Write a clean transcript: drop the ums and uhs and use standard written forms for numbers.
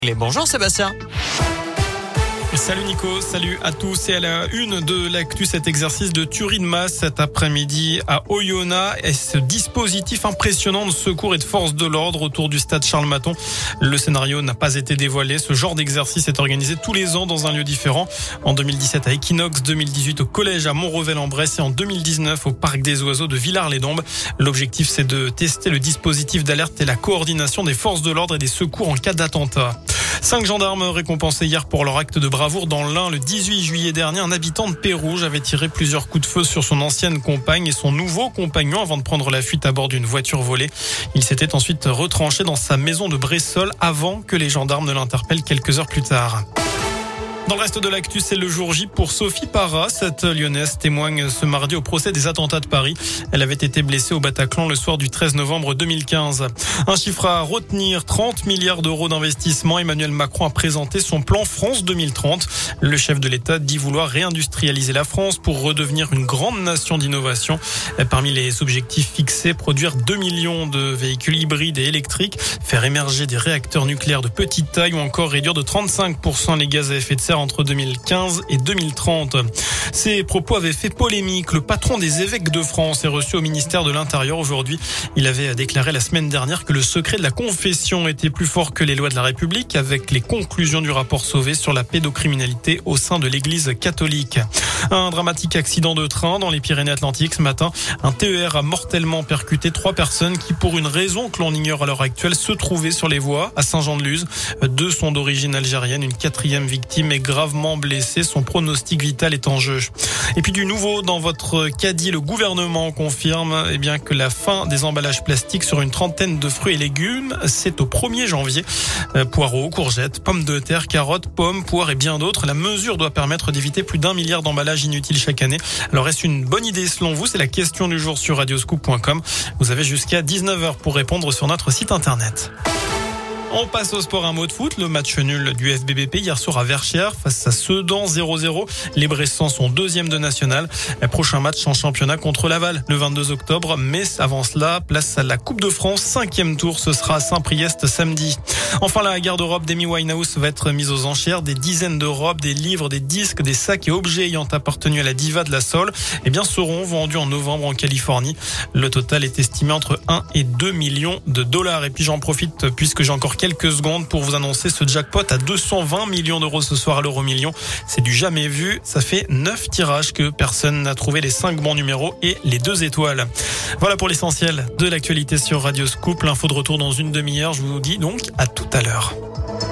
Bonjour Sébastien. Salut Nico, salut à tous et à la une de l'actu, cet exercice de tuerie de masse cet après-midi à Oyonnax et ce dispositif impressionnant de secours et de force de l'ordre autour du stade Charles-Maton. Le scénario n'a pas été dévoilé. Ce genre d'exercice est organisé tous les ans dans un lieu différent. En 2017 à Equinox, 2018 au collège à Montrevel-en-Bresse et en 2019 au parc des oiseaux de Villars-les-Dombes. L'objectif, c'est de tester le dispositif d'alerte et la coordination des forces de l'ordre et des secours en cas d'attentat. 5 gendarmes récompensés hier pour leur acte de bravoure dans l'Ain. Le 18 juillet dernier, un habitant de Pérouge avait tiré plusieurs coups de feu sur son ancienne compagne et son nouveau compagnon avant de prendre la fuite à bord d'une voiture volée. Il s'était ensuite retranché dans sa maison de Bressolles avant que les gendarmes ne l'interpellent quelques heures plus tard. Dans le reste de l'actu, c'est le jour J pour Sophie Parra. Cette Lyonnaise témoigne ce mardi au procès des attentats de Paris. Elle avait été blessée au Bataclan le soir du 13 novembre 2015. Un chiffre à retenir, 30 milliards d'euros d'investissement. Emmanuel Macron a présenté son plan France 2030. Le chef de l'État dit vouloir réindustrialiser la France pour redevenir une grande nation d'innovation. Parmi les objectifs fixés, produire 2 millions de véhicules hybrides et électriques, faire émerger des réacteurs nucléaires de petite taille ou encore réduire de 35% les gaz à effet de serre entre 2015 et 2030. Ces propos avaient fait polémique. Le patron des évêques de France est reçu au ministère de l'Intérieur aujourd'hui. Il avait déclaré la semaine dernière que le secret de la confession était plus fort que les lois de la République, avec les conclusions du rapport Sauvé sur la pédocriminalité au sein de l'Église catholique. Un dramatique accident de train dans les Pyrénées-Atlantiques ce matin. Un TER a mortellement percuté 3 personnes qui, pour une raison que l'on ignore à l'heure actuelle, se trouvaient sur les voies à Saint-Jean-de-Luz. 2 sont d'origine algérienne. Une 4e victime est gravement blessé. Son pronostic vital est en jeu. Et puis du nouveau dans votre caddie, le gouvernement confirme que la fin des emballages plastiques sur une trentaine de fruits et légumes, c'est au 1er janvier. Poireaux, courgettes, pommes de terre, carottes, pommes, poires et bien d'autres. La mesure doit permettre d'éviter plus d'1 milliard d'emballages inutiles chaque année. Alors est-ce une bonne idée selon vous? C'est la question du jour sur radioscoop.com. Vous avez jusqu'à 19h pour répondre sur notre site internet. On passe au sport, un mot de foot. Le match nul du FBBP hier soir à Verchères face à Sedan 0-0. Les Bressans sont 2e de national. Prochain match en championnat contre Laval le 22 octobre. Mais avant cela, place à la Coupe de France. 5e tour, ce sera à Saint-Priest samedi. Enfin, la garde-robe d'Amy Winehouse va être mise aux enchères. Des dizaines de robes, des livres, des disques, des sacs et objets ayant appartenu à la diva de la soul, seront vendus en novembre en Californie. Le total est estimé entre 1 et 2 millions de dollars. Et puis j'en profite puisque j'ai encore quelques secondes pour vous annoncer ce jackpot à 220 millions d'euros ce soir à l'euro-million. C'est du jamais vu. Ça fait 9 tirages que personne n'a trouvé les 5 bons numéros et les 2 étoiles. Voilà pour l'essentiel de l'actualité sur Radio Scoop. L'info de retour dans une demi-heure. Je vous dis donc à tout à l'heure.